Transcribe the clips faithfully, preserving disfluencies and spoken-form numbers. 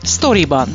Sztoriban.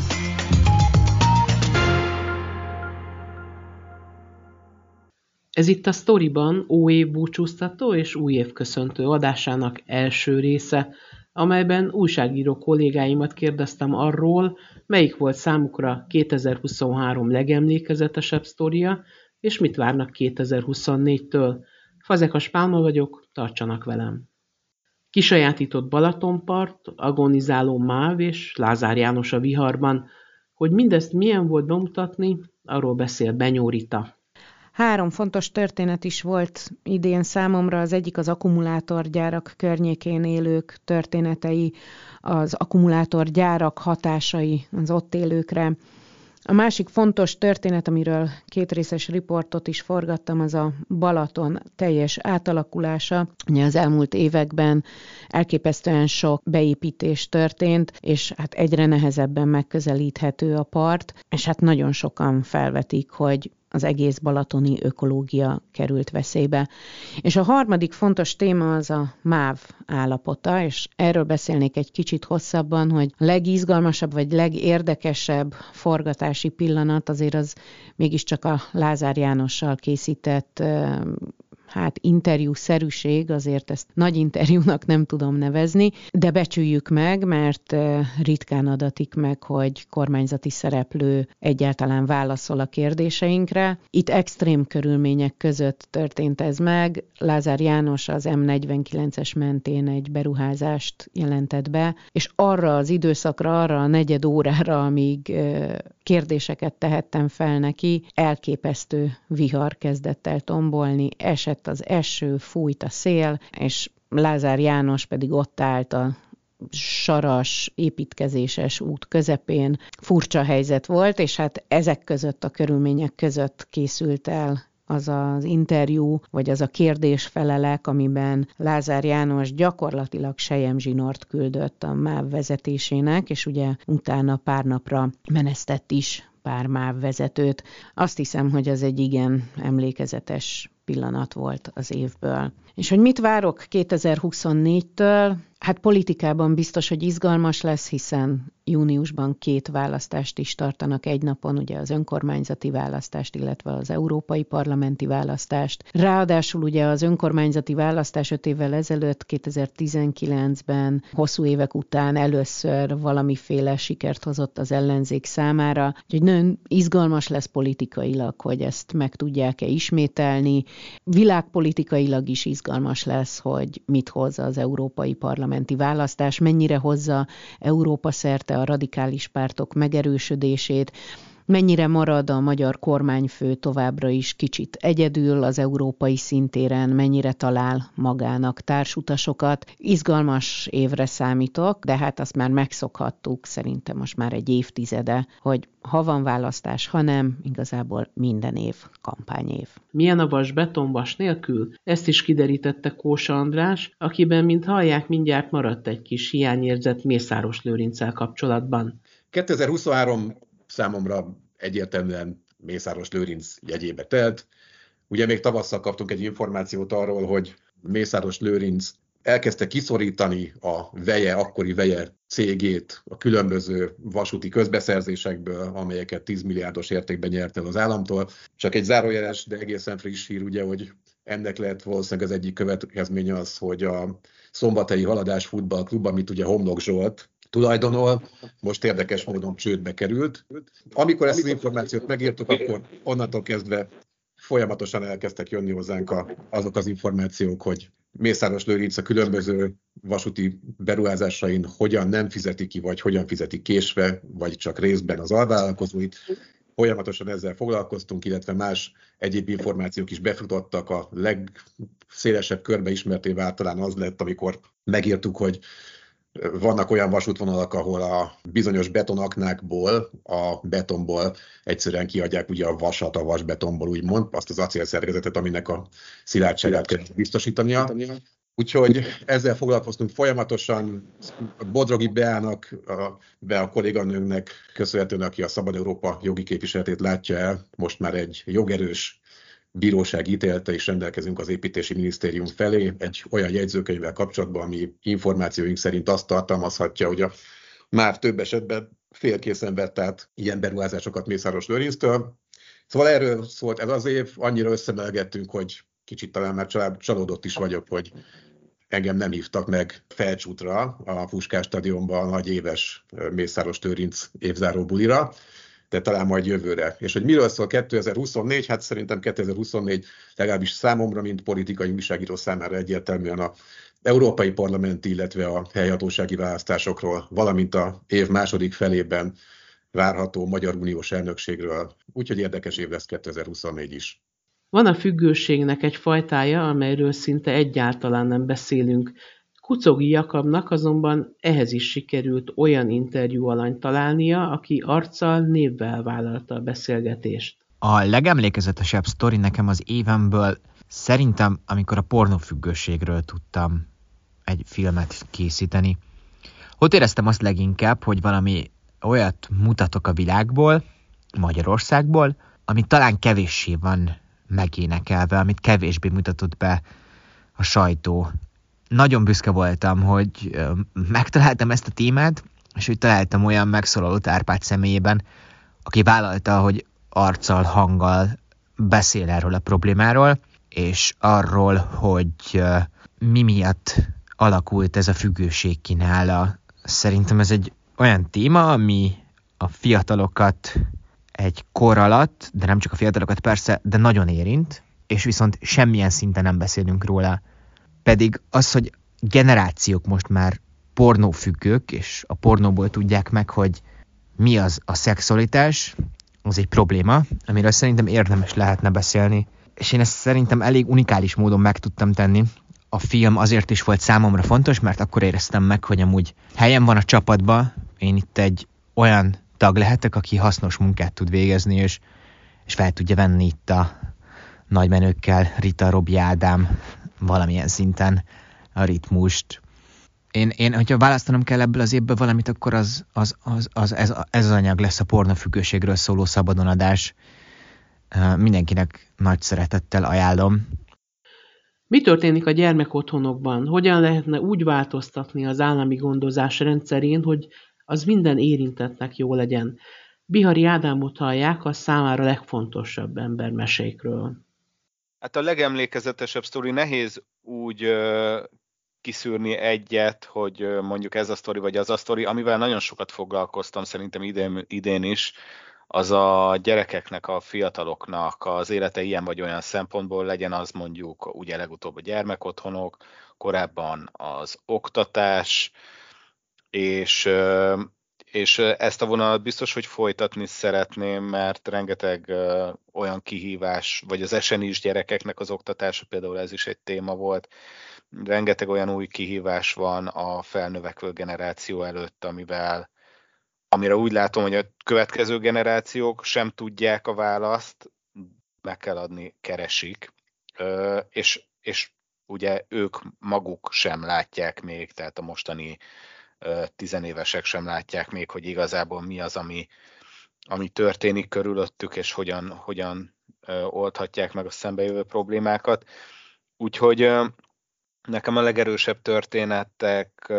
Ez itt a Sztoriban új év búcsúztató és új év köszöntő adásának első része, amelyben újságíró kollégáimat kérdeztem arról, melyik volt számukra kétezer-huszonhárom legemlékezetesebb sztoria, és mit várnak kétezer-huszonnégytől. Fazekas Pálma vagyok, tartsanak velem! Kisajátított Balatonpart, agonizáló MÁV és Lázár János a viharban. Hogy mindezt milyen volt bemutatni, arról beszél Benyó Rita. Három fontos történet is volt idén számomra. Az egyik az akkumulátorgyárak környékén élők történetei, az akkumulátorgyárak hatásai az ott élőkre. A másik fontos történet, amiről kétrészes riportot is forgattam, az a Balaton teljes átalakulása. Ugye az elmúlt években elképesztően sok beépítés történt, és hát egyre nehezebben megközelíthető a part, és hát nagyon sokan felvetik, hogy az egész balatoni ökológia került veszélybe. És a harmadik fontos téma az a MÁV állapota, és erről beszélnék egy kicsit hosszabban, hogy a legizgalmasabb vagy legérdekesebb forgatási pillanat azért az mégiscsak a Lázár Jánossal készített hát interjúszerűség, azért ezt nagy interjúnak nem tudom nevezni, de becsüljük meg, mert ritkán adatik meg, hogy kormányzati szereplő egyáltalán válaszol a kérdéseinkre. Itt extrém körülmények között történt ez meg. Lázár János az em negyvenkilences mentén egy beruházást jelentett be, és arra az időszakra, arra a negyed órára, amíg kérdéseket tehettem fel neki, elképesztő vihar kezdett el tombolni, esett az eső, fújt a szél, és Lázár János pedig ott állt a saras, építkezéses út közepén. Furcsa helyzet volt, és hát ezek között, a körülmények között készült el az az interjú, vagy az a kérdésfelelek, amiben Lázár János gyakorlatilag selyemzsinort küldött a MÁV vezetésének, és ugye utána pár napra menesztett is pár MÁV vezetőt. Azt hiszem, hogy az egy igen emlékezetes pillanat volt az évből. És hogy mit várok kétezer-huszonnégytől? Hát politikában biztos, hogy izgalmas lesz, hiszen júniusban két választást is tartanak egy napon, ugye az önkormányzati választást, illetve az európai parlamenti választást. Ráadásul ugye az önkormányzati választás öt évvel ezelőtt, kétezer-tizenkilencben, hosszú évek után először valamiféle sikert hozott az ellenzék számára. Úgyhogy nagyon izgalmas lesz politikailag, hogy ezt meg tudják-e ismételni. Világpolitikailag is izgalmas lesz, hogy mit hoz az európai parlamenti választás, mennyire hozza Európa szerte a radikális pártok megerősödését, mennyire marad a magyar kormányfő továbbra is kicsit egyedül az európai szintéren, mennyire talál magának társutasokat. Izgalmas évre számítok, de hát azt már megszokhattuk, szerintem most már egy évtizede, hogy ha van választás, ha nem, igazából minden év kampányév. Milyen a vas betonvas nélkül? Ezt is kiderítette Kósa András, akiben, mint hallják, mindjárt maradt egy kis hiányérzet Mészáros Lőrinccel kapcsolatban. kétezer-huszonhárom számomra egyértelműen Mészáros Lőrinc jegyébe telt. Ugye még tavasszal kaptunk egy információt arról, hogy Mészáros Lőrinc elkezdte kiszorítani a Veje, akkori Veje cégét a különböző vasúti közbeszerzésekből, amelyeket tíz milliárdos értékben nyert el az államtól. Csak egy zárójeles, de egészen friss hír, ugye, hogy ennek lehet valószínűleg az egyik következménye az, hogy a Szombathelyi Haladás Futballklub, amit ugye Homlok Zsolt tulajdonol, most érdekes módon csődbe került. Amikor ezt az információt megírtuk, akkor onnantól kezdve folyamatosan elkezdtek jönni hozzánk a, azok az információk, hogy Mészáros Lőrinc a különböző vasúti beruházásain hogyan nem fizeti ki, vagy hogyan fizeti késve, vagy csak részben az alvállalkozóit. Folyamatosan ezzel foglalkoztunk, illetve más egyéb információk is befutottak. A legszélesebb körbe ismerté vált talán az lett, amikor megírtuk, hogy vannak olyan vasútvonalak, ahol a bizonyos betonaknákból, a betonból egyszerűen kiadják ugye a vasat a vasbetonból, úgymond, azt az acélszerkezetet, aminek a szilárdságát kell biztosítania. Úgyhogy ezzel foglalkoztunk folyamatosan. Bodrogi Beának, a, be a kolléganőnknek köszönhetően, aki a Szabad Európa jogi képviseletét látja el, most már egy jogerős bíróság ítélte, és rendelkezünk az építési minisztérium felé egy olyan jegyzőkönyvvel kapcsolatban, ami információink szerint azt tartalmazhatja, hogy a már több esetben félkészen vett át ilyen beruházásokat Mészáros Lőrinctől. Szóval erről szólt ez az év, annyira összemelgettünk, hogy kicsit talán már család, csalódott is vagyok, hogy engem nem hívtak meg Felcsútra, a Puskás stadionba a nagy éves Mészáros Lőrinc évzáró bulira, de talán majd jövőre. És hogy miről szól kétezer-huszonnégy? Hát szerintem kétezer-huszonnégy legalábbis számomra, mint politikai újságíró számára egyértelműen a európai parlamenti, illetve a helyhatósági választásokról, valamint a év második felében várható Magyar Uniós elnökségről. Úgyhogy érdekes év lesz kétezer-huszonnégy is. Van a függőségnek egy fajtája, amelyről szinte egyáltalán nem beszélünk. Kucogi Jakabnak azonban ehhez is sikerült olyan interjú alanyt találnia, aki arccal, névvel vállalta a beszélgetést. A legemlékezetesebb sztori nekem az évemből szerintem, amikor a pornófüggőségről tudtam egy filmet készíteni. Ott éreztem azt leginkább, hogy valami olyat mutatok a világból, Magyarországból, ami talán kevéssé van megénekelve, amit kevésbé mutatott be a sajtó. Nagyon büszke voltam, hogy megtaláltam ezt a témát, és hogy találtam olyan megszólalót Árpád személyében, aki vállalta, hogy arccal, hanggal beszél erről a problémáról, és arról, hogy mi miatt alakult ez a függőség ki nála. Szerintem ez egy olyan téma, ami a fiatalokat egy kor alatt, de nem csak a fiatalokat persze, de nagyon érint, és viszont semmilyen szinten nem beszélünk róla. Pedig az, hogy generációk most már pornófüggők, és a pornóból tudják meg, hogy mi az a szexualitás, az egy probléma, amiről szerintem érdemes lehetne beszélni. És én ezt szerintem elég unikális módon meg tudtam tenni. A film azért is volt számomra fontos, mert akkor éreztem meg, hogy amúgy helyem van a csapatban, én itt egy olyan tag lehetek, aki hasznos munkát tud végezni, és, és fel tudja venni itt a nagymenőkkel, Rita, Robi, Ádám valamilyen szinten a ritmust. Én, én hogyha választanom kell ebből az évből valamit, akkor az, az, az, az, ez, ez az anyag lesz a pornofüggőségről szóló szabadonadás. Mindenkinek nagy szeretettel ajánlom. Mi történik a gyermekotthonokban? Hogyan lehetne úgy változtatni az állami gondozás rendszerén, hogy az minden érintettnek jó legyen? Bihari Ádámot hallják a számára legfontosabb embermesékről. Hát a legemlékezetesebb sztori nehéz úgy uh, kiszűrni egyet, hogy uh, mondjuk ez a sztori vagy az a sztori, amivel nagyon sokat foglalkoztam szerintem idén, idén is, az a gyerekeknek, a fiataloknak az élete ilyen vagy olyan szempontból, legyen az mondjuk ugye legutóbb a gyermekotthonok, korábban az oktatás, és, és ezt a vonalat biztos, hogy folytatni szeretném, mert rengeteg olyan kihívás, vagy az esenis gyerekeknek az oktatása, például ez is egy téma volt, rengeteg olyan új kihívás van a felnövekvő generáció előtt, amivel amire úgy látom, hogy a következő generációk sem tudják a választ, meg kell adni, keresik, és, és ugye ők maguk sem látják még, tehát a mostani tizenévesek sem látják még, hogy igazából mi az, ami, ami történik körülöttük, és hogyan, hogyan oldhatják meg a szembejövő problémákat. Úgyhogy nekem a legerősebb történetek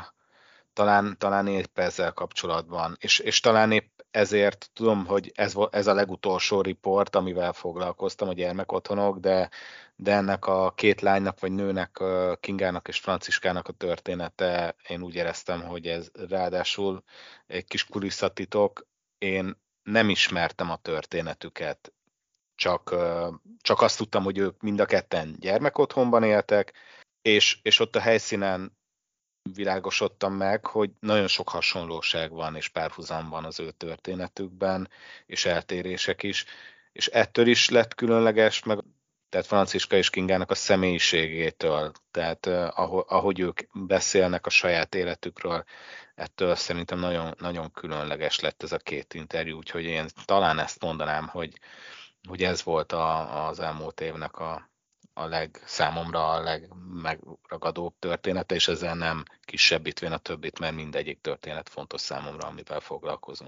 Talán, talán épp ezzel kapcsolatban. És, és talán épp ezért tudom, hogy ez, ez a legutolsó riport, amivel foglalkoztam, a gyermekotthonok, de, de ennek a két lánynak vagy nőnek, Kingának és Franciskának a története, én úgy éreztem, hogy ez ráadásul egy kis kulisszatitok. Én nem ismertem a történetüket, csak, csak azt tudtam, hogy ők mind a ketten gyermekotthonban éltek, és, és ott a helyszínen világosodtam meg, hogy nagyon sok hasonlóság van és párhuzam van az ő történetükben, és eltérések is, és ettől is lett különleges, meg tehát Franciska és Kingának a személyiségétől, tehát ahogy ők beszélnek a saját életükről, ettől szerintem nagyon, nagyon különleges lett ez a két interjú, úgyhogy én talán ezt mondanám, hogy, hogy ez volt a, az elmúlt évnek a a leg, számomra a legmegragadóbb története, és ezzel nem kisebbítvén a többit, mert mindegyik történet fontos számomra, amivel foglalkozom.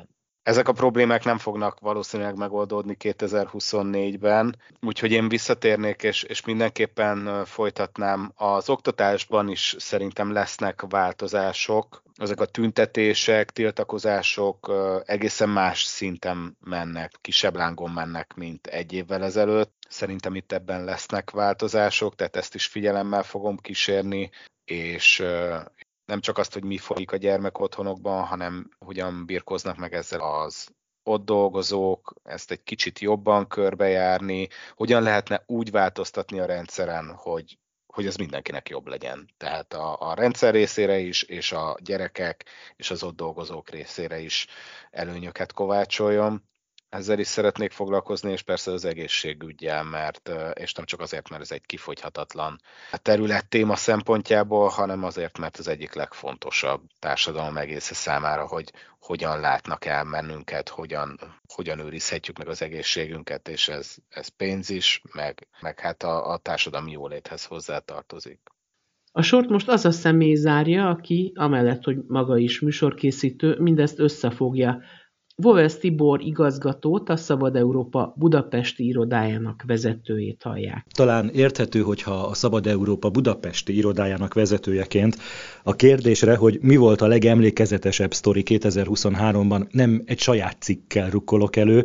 ezek a problémák nem fognak valószínűleg megoldódni kétezer-huszonnégyben, úgyhogy én visszatérnék, és, és mindenképpen folytatnám. Az oktatásban is szerintem lesznek változások, ezek a tüntetések, tiltakozások egészen más szinten mennek, kisebb lángon mennek, mint egy évvel ezelőtt. Szerintem itt ebben lesznek változások, tehát ezt is figyelemmel fogom kísérni, és nem csak azt, hogy mi folyik a gyermekotthonokban, hanem hogyan birkóznak meg ezzel az ott dolgozók, ezt egy kicsit jobban körbejárni, hogyan lehetne úgy változtatni a rendszeren, hogy, hogy ez mindenkinek jobb legyen. Tehát a, a rendszer részére is, és a gyerekek és az ott dolgozók részére is előnyöket kovácsoljon. Ezzel is szeretnék foglalkozni, és persze az egészségüggyel, mert, és nem csak azért, mert ez egy kifogyhatatlan terület téma szempontjából, hanem azért, mert az egyik legfontosabb társadalom egész számára, hogy hogyan látnak el bennünket, hogyan, hogyan őrizhetjük meg az egészségünket, és ez, ez pénz is, meg, meg hát a, a társadalmi jóléthez hozzátartozik. A sort most az a személy zárja, aki, amellett, hogy maga is műsorkészítő, mindezt összefogja. Vovesz Tibor igazgatót, a Szabad Európa budapesti irodájának vezetőjét hallják. Talán érthető, hogyha a Szabad Európa budapesti irodájának vezetőjeként a kérdésre, hogy mi volt a legemlékezetesebb sztori kétezer-huszonháromban, nem egy saját cikkkel rukkolok elő,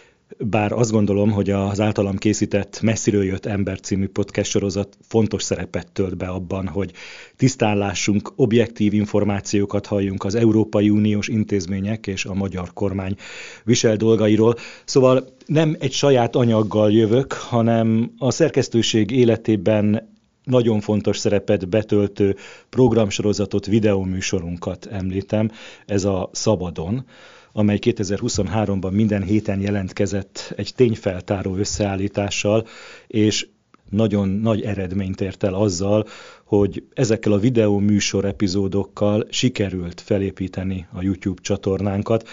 bár azt gondolom, hogy az általam készített Messziről jött ember című podcast sorozat fontos szerepet tölt be abban, hogy tisztán lássunk, objektív információkat halljunk az Európai Uniós intézmények és a magyar kormány visel dolgairól. Szóval nem egy saját anyaggal jövök, hanem a szerkesztőség életében nagyon fontos szerepet betöltő programsorozatot, videóműsorunkat említem, ez a Szabadon, amely kétezer-huszonháromban minden héten jelentkezett egy tényfeltáró összeállítással, és nagyon nagy eredményt ért el azzal, hogy ezekkel a videó műsor epizódokkal sikerült felépíteni a YouTube csatornánkat.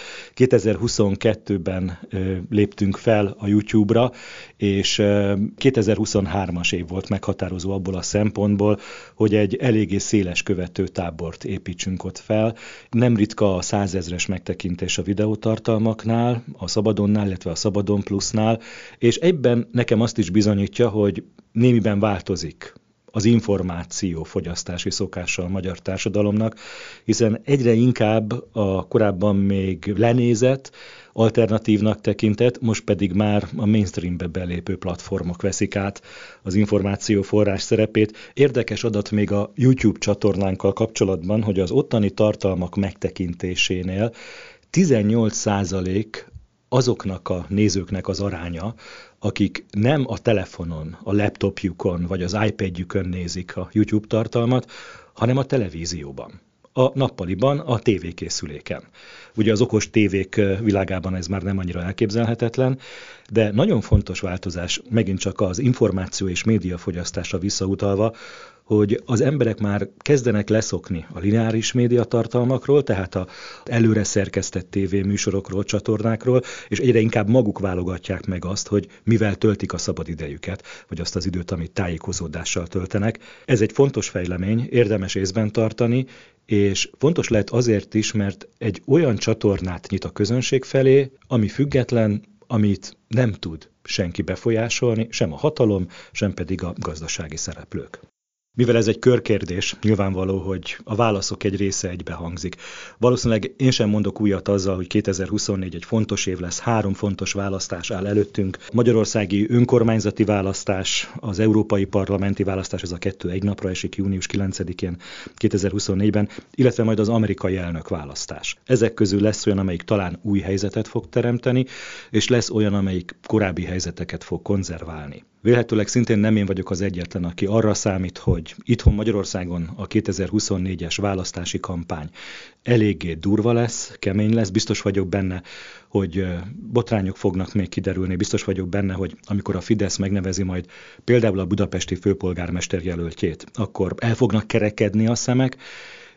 kétezer-huszonkettőben ö, léptünk fel a YouTube-ra, és ö, kétezer-huszonhármas év volt meghatározó abból a szempontból, hogy egy eléggé széles követőtábort építsünk ott fel. Nem ritka a százezres megtekintés a videótartalmaknál, a Szabadonnál, illetve a Szabadon Plusnál, és egyben nekem azt is bizonyítja, hogy némiben változik az információ fogyasztási szokása a magyar társadalomnak, hiszen egyre inkább a korábban még lenézett, alternatívnak tekintett, most pedig már a mainstreambe belépő platformok veszik át az információ forrás szerepét. Érdekes adat még a YouTube csatornánkkal kapcsolatban, hogy az ottani tartalmak megtekintésénél tizennyolc százalék azoknak a nézőknek az aránya, akik nem a telefonon, a laptopjukon vagy az iPadjükön nézik a YouTube tartalmat, hanem a televízióban, a nappaliban, a tévékészüléken. Ugye az okos tévék világában ez már nem annyira elképzelhetetlen, de nagyon fontos változás, megint csak az információ és médiafogyasztásra visszautalva, hogy az emberek már kezdenek leszokni a lineáris médiatartalmakról, tehát az előre szerkesztett tévéműsorokról, csatornákról, és egyre inkább maguk válogatják meg azt, hogy mivel töltik a szabadidejüket, vagy azt az időt, amit tájékozódással töltenek. Ez egy fontos fejlemény, érdemes észben tartani, és fontos lehet azért is, mert egy olyan csatornát nyit a közönség felé, ami független, amit nem tud senki befolyásolni, sem a hatalom, sem pedig a gazdasági szereplők. Mivel ez egy körkérdés, nyilvánvaló, hogy a válaszok egy része egybehangzik. Valószínűleg én sem mondok újat azzal, hogy kétezer-huszonnégy egy fontos év lesz, három fontos választás áll előttünk. Magyarországi önkormányzati választás, az európai parlamenti választás, ez a kettő egy napra esik június kilencedikén kétezer-huszonnégyben, illetve majd az amerikai elnökválasztás. Ezek közül lesz olyan, amelyik talán új helyzetet fog teremteni, és lesz olyan, amelyik korábbi helyzeteket fog konzerválni. Vélhetőleg szintén nem én vagyok az egyetlen, aki arra számít, hogy itthon Magyarországon a kétezer-huszonnégyes választási kampány eléggé durva lesz, kemény lesz. Biztos vagyok benne, hogy botrányok fognak még kiderülni. Biztos vagyok benne, hogy amikor a Fidesz megnevezi majd például a budapesti főpolgármester jelöltjét, akkor el fognak kerekedni a szemek,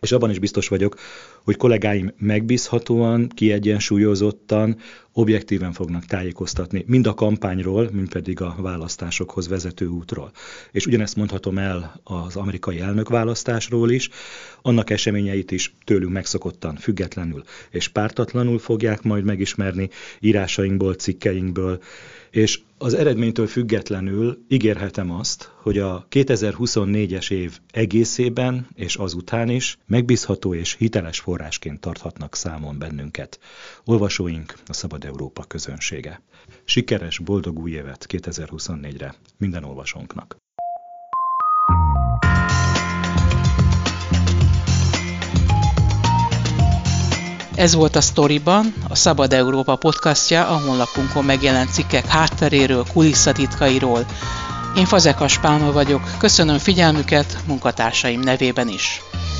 és abban is biztos vagyok, hogy kollégáim megbízhatóan, kiegyensúlyozottan, objektíven fognak tájékoztatni mind a kampányról, mind pedig a választásokhoz vezető útról. És ugyanezt mondhatom el az amerikai elnökválasztásról is, annak eseményeit is tőlünk megszokottan, függetlenül és pártatlanul fogják majd megismerni írásainkból, cikkeinkből, és az eredménytől függetlenül ígérhetem azt, hogy a kétezer-huszonnégyes év egészében és azután is megbízható és hiteles forrásként tarthatnak számon bennünket. Olvasóink, a Szabad Európa közönsége. Sikeres, boldog új évet kétezer-huszonnégyre minden olvasónknak! Ez volt a Storyban, a Szabad Európa podcastja, a honlapunkon megjelent cikkek hátteréről, kulisszatitkairól. Én Fazekas Pálma vagyok, köszönöm figyelmüket munkatársaim nevében is.